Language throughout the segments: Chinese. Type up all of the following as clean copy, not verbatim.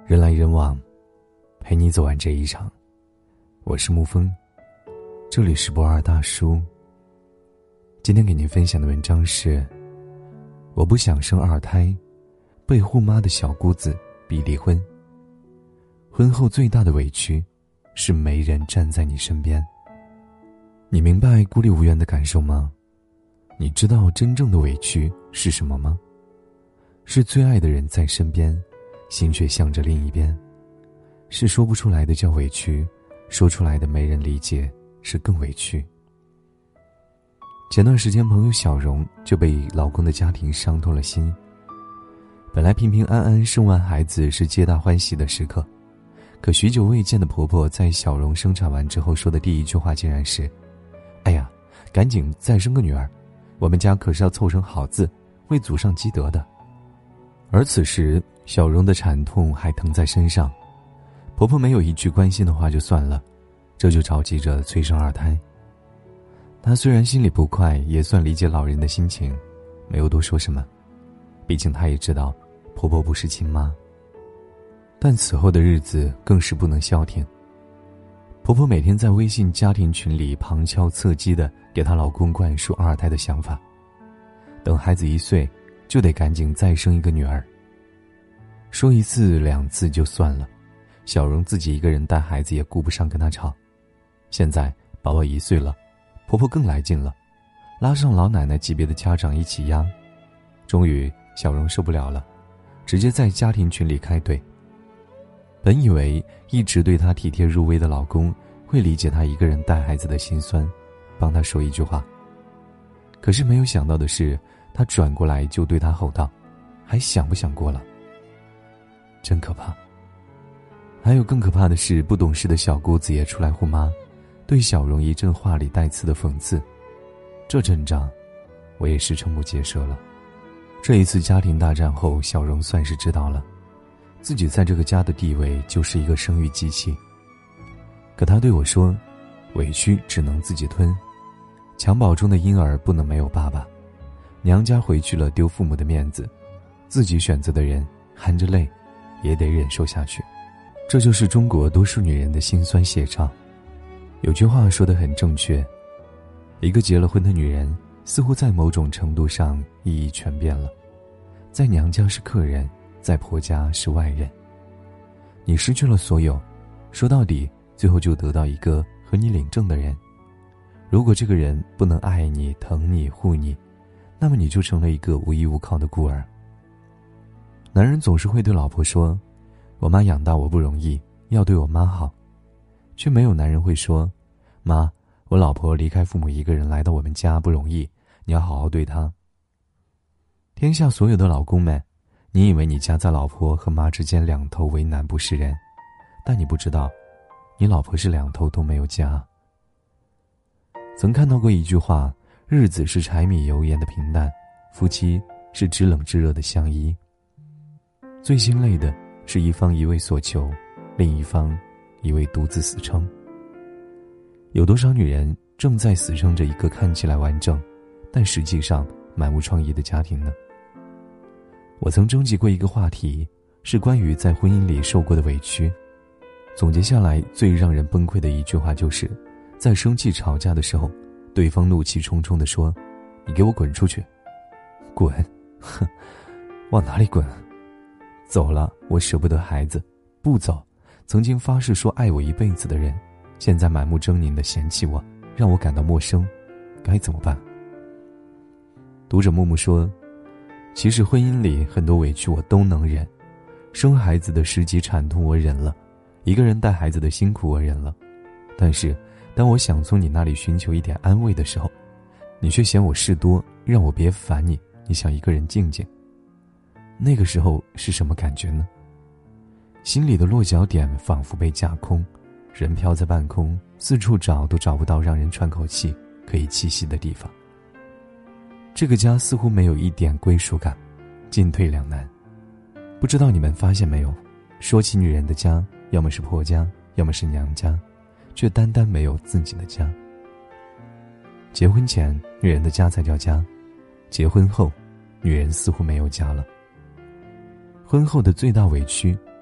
人来人往，陪你走完这一场。我是沐风，这里是不二大叔。今天给您分享的文章是：我不想生二胎，被护妈的小姑子逼离婚。婚后最大的委屈是没人站在你身边。你明白孤立无援的感受吗？你知道真正的委屈是什么吗？是最爱的人在身边，心却向着另一边。是说不出来的叫委屈，说出来的没人理解，是更委屈。前段时间朋友小荣就被老公的家庭伤透了心。本来平平安安生完孩子是皆大欢喜的时刻，可许久未见的婆婆在小荣生产完之后说的第一句话竟然是：哎呀，赶紧再生个女儿，我们家可是要凑成好字，为祖上积德的。而此时小荣的产痛还疼在身上，婆婆没有一句关心的话就算了，这就着急着催生二胎。她虽然心里不快，也算理解老人的心情，没有多说什么，毕竟她也知道婆婆不是亲妈。但此后的日子更是不能消停，婆婆每天在微信家庭群里旁敲侧击地给她老公灌输二胎的想法，等孩子1岁就得赶紧再生一个女儿。说1次2次就算了，小荣自己一个人带孩子也顾不上跟她吵。现在宝宝1岁了，婆婆更来劲了，拉上老奶奶级别的家长一起压。终于小荣受不了了，直接在家庭群里开怼。本以为一直对她体贴入微的老公会理解她一个人带孩子的心酸，帮她说一句话，可是没有想到的是，他转过来就对她吼道：还想不想过了？真可怕。还有更可怕的是，不懂事的小姑子也出来护妈，对小荣一阵话里带刺的讽刺。这阵仗我也是瞠目结舌了。这一次家庭大战后，小荣算是知道了自己在这个家的地位就是一个生育机器。可她对我说，委屈只能自己吞，襁褓中的婴儿不能没有爸爸，娘家回去了丢父母的面子，自己选择的人含着泪也得忍受下去。这就是中国多数女人的辛酸写照。有句话说得很正确，一个结了婚的女人似乎在某种程度上意义全变了，在娘家是客人，在婆家是外人。你失去了所有，说到底最后就得到一个和你领证的人。如果这个人不能爱你、疼你、护你，那么你就成了一个无依无靠的孤儿。男人总是会对老婆说，我妈养大我不容易，要对我妈好，却没有男人会说，妈，我老婆离开父母一个人来到我们家不容易，你要好好对她。天下所有的老公们，你以为你夹在老婆和妈之间两头为难不是人，但你不知道，你老婆是两头都没有夹。曾看到过一句话，日子是柴米油盐的平淡，夫妻是知冷知热的相依。最心累的是一方一味所求，另一方一味独自死撑。有多少女人正在死撑着一个看起来完整，但实际上满目疮痍的家庭呢？我曾征集过一个话题，是关于在婚姻里受过的委屈。总结下来，最让人崩溃的一句话就是，在生气吵架的时候，对方怒气冲冲地说，你给我滚出去。滚？哼，往哪里滚？走了我舍不得孩子，不走，曾经发誓说爱我一辈子的人，现在满目狰狞地嫌弃我，让我感到陌生，该怎么办？读者木木说，其实婚姻里很多委屈我都能忍，生孩子的10级产痛我忍了，一个人带孩子的辛苦我忍了，但是当我想从你那里寻求一点安慰的时候，你却嫌我事多，让我别烦你，你想一个人静静。那个时候是什么感觉呢？心里的落脚点仿佛被架空，人飘在半空，四处找都找不到让人喘口气可以栖息的地方。这个家似乎没有一点归属感，进退两难。不知道你们发现没有，说起女人的家，要么是婆家，要么是娘家，却单单没有自己的家。结婚前女人的家才叫家，结婚后女人似乎没有家了。婚后的最大委屈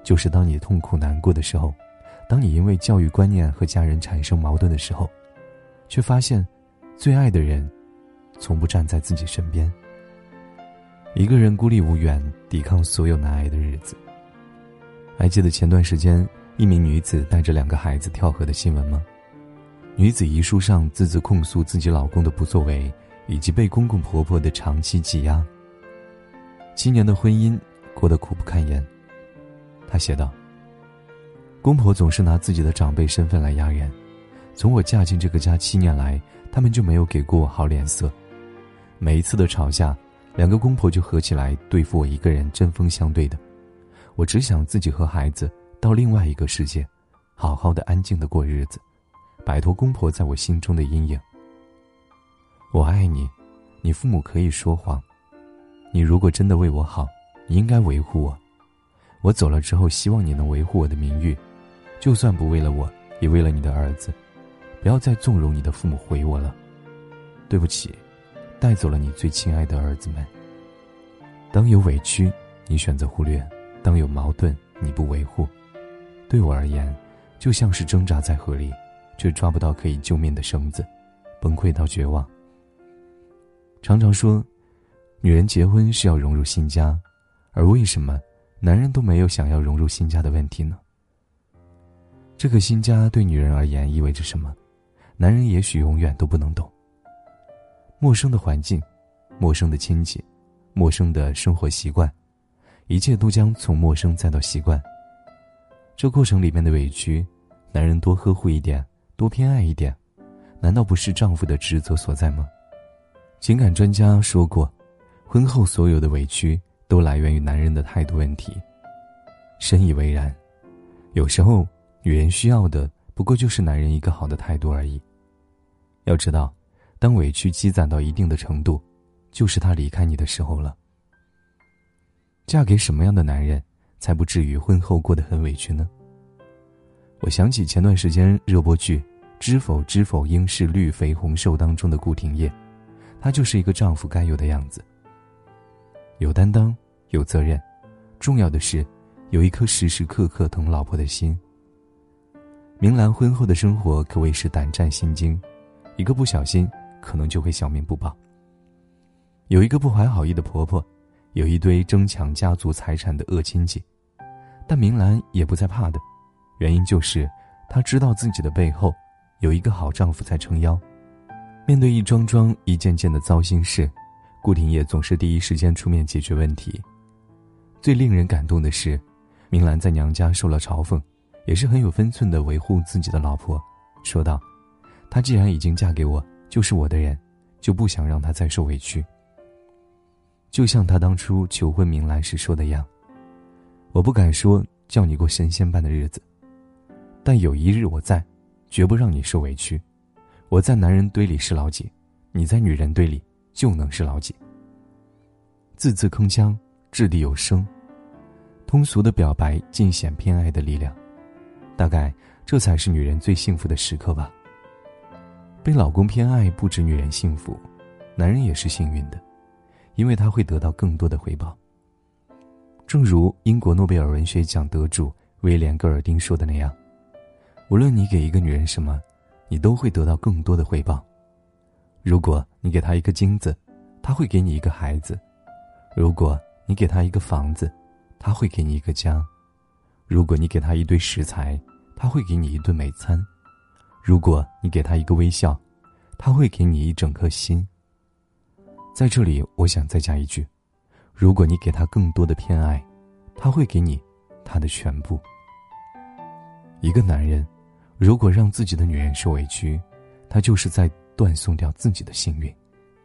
就是当你痛苦难过的时候，当你因为教育观念和家人产生矛盾的时候，却发现最爱的人从不站在自己身边。一个人孤立无援，抵抗所有难挨的日子。还记得前段时间一名女子带着2个孩子跳河的新闻吗？女子遗书上字字控诉自己老公的不作为，以及被公公婆婆的长期挤压。7年的婚姻过得苦不堪言。她写道：公婆总是拿自己的长辈身份来压人，从我嫁进这个家7年来，他们就没有给过我好脸色。每一次的吵架，2个公婆就合起来对付我一个人，针锋相对的。我只想自己和孩子到另外一个世界，好好的安静的过日子，摆脱公婆在我心中的阴影。我爱你，你父母可以说谎，你如果真的为我好，你应该维护我。我走了之后，希望你能维护我的名誉，就算不为了我，也为了你的儿子。不要再纵容你的父母毁我了。对不起，带走了你最亲爱的儿子们。当有委屈，你选择忽略；当有矛盾，你不维护。对我而言，就像是挣扎在河里，却抓不到可以救命的绳子，崩溃到绝望。常常说，女人结婚是要融入新家，而为什么男人都没有想要融入新家的问题呢？这个新家对女人而言意味着什么？男人也许永远都不能懂。陌生的环境，陌生的亲戚，陌生的生活习惯，一切都将从陌生再到习惯。这过程里面的委屈，男人多呵护一点，多偏爱一点，难道不是丈夫的职责所在吗？情感专家说过，婚后所有的委屈都来源于男人的态度问题。深以为然。有时候女人需要的不过就是男人一个好的态度而已。要知道，当委屈积攒到一定的程度，就是他离开你的时候了。嫁给什么样的男人才不至于婚后过得很委屈呢？我想起前段时间热播剧《知否知否应是绿肥红瘦》当中的顾廷烨，他就是一个丈夫该有的样子。有担当，有责任，重要的是有一颗时时刻刻疼老婆的心。明兰婚后的生活可谓是胆战心惊，一个不小心可能就会小命不保。有一个不怀好意的婆婆，有一堆争抢家族财产的恶亲戚，但明兰也不再怕的，原因就是她知道自己的背后有一个好丈夫在撑腰。面对一桩桩一件件的糟心事，顾廷烨总是第一时间出面解决问题。最令人感动的是，明兰在娘家受了嘲讽，也是很有分寸地维护自己的老婆，说道：她既然已经嫁给我，就是我的人，就不想让她再受委屈。就像她当初求婚明兰时说的样，我不敢说叫你过神仙般的日子，但有一日我在，绝不让你受委屈。我在男人堆里是老几，你在女人堆里就能是老几。字字铿锵，掷地有声，通俗的表白尽显偏爱的力量。大概这才是女人最幸福的时刻吧。被老公偏爱不止女人幸福，男人也是幸运的，因为他会得到更多的回报。正如英国诺贝尔文学奖得主威廉·戈尔丁说的那样，无论你给一个女人什么，你都会得到更多的回报。如果你给她一颗金子，她会给你一个孩子；如果你给她一个房子，她会给你一个家；如果你给她一堆食材，她会给你一顿美餐；如果你给她一个微笑，她会给你一整颗心。在这里，我想再加一句，如果你给她更多的偏爱，她会给你她的全部。一个男人如果让自己的女人受委屈，他就是在断送掉自己的幸运。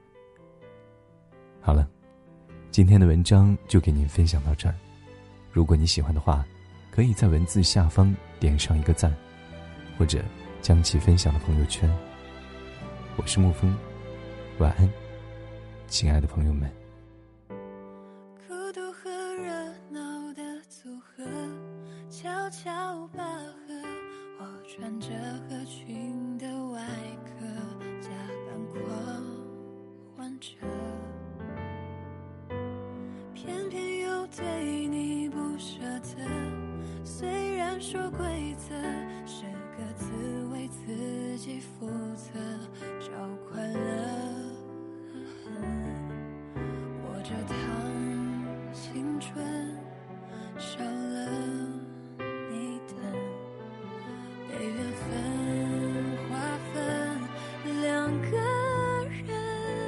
好了，今天的文章就给您分享到这儿。如果你喜欢的话，可以在文字下方点上一个赞，或者将其分享到朋友圈。我是沐风，晚安，亲爱的朋友们。 孤独和热闹的组合，悄悄拔河，我穿着合裙的外壳，假扮狂欢者，偏偏又对你不舍得， 人说规则是各自为自己负责找快乐，我这趟青春少了你的，被缘分划分两个人，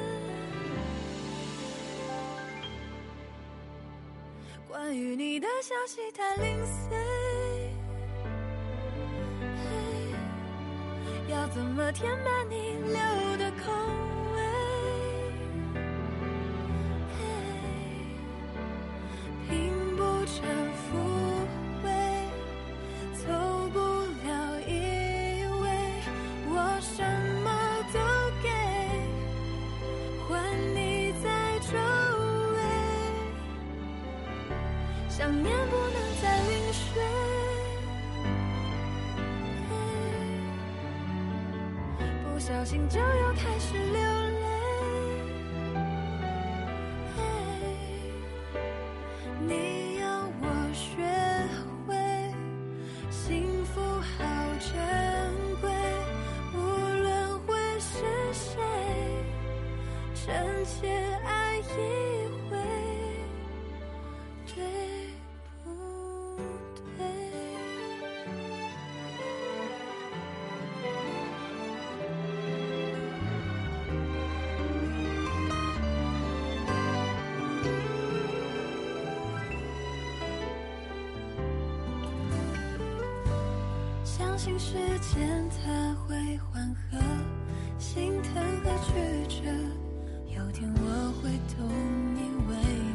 关于你的消息太零碎，要怎么填满你留的空位？拼不成抚慰，凑不了依偎，我什么都给，换你在周围，想念不能再淋水。不小心就又开始流泪，你要我学会幸福好珍贵，无论会是谁，真切爱一回，对不对？相信时间它会缓和，心疼和曲折，有天我会懂你为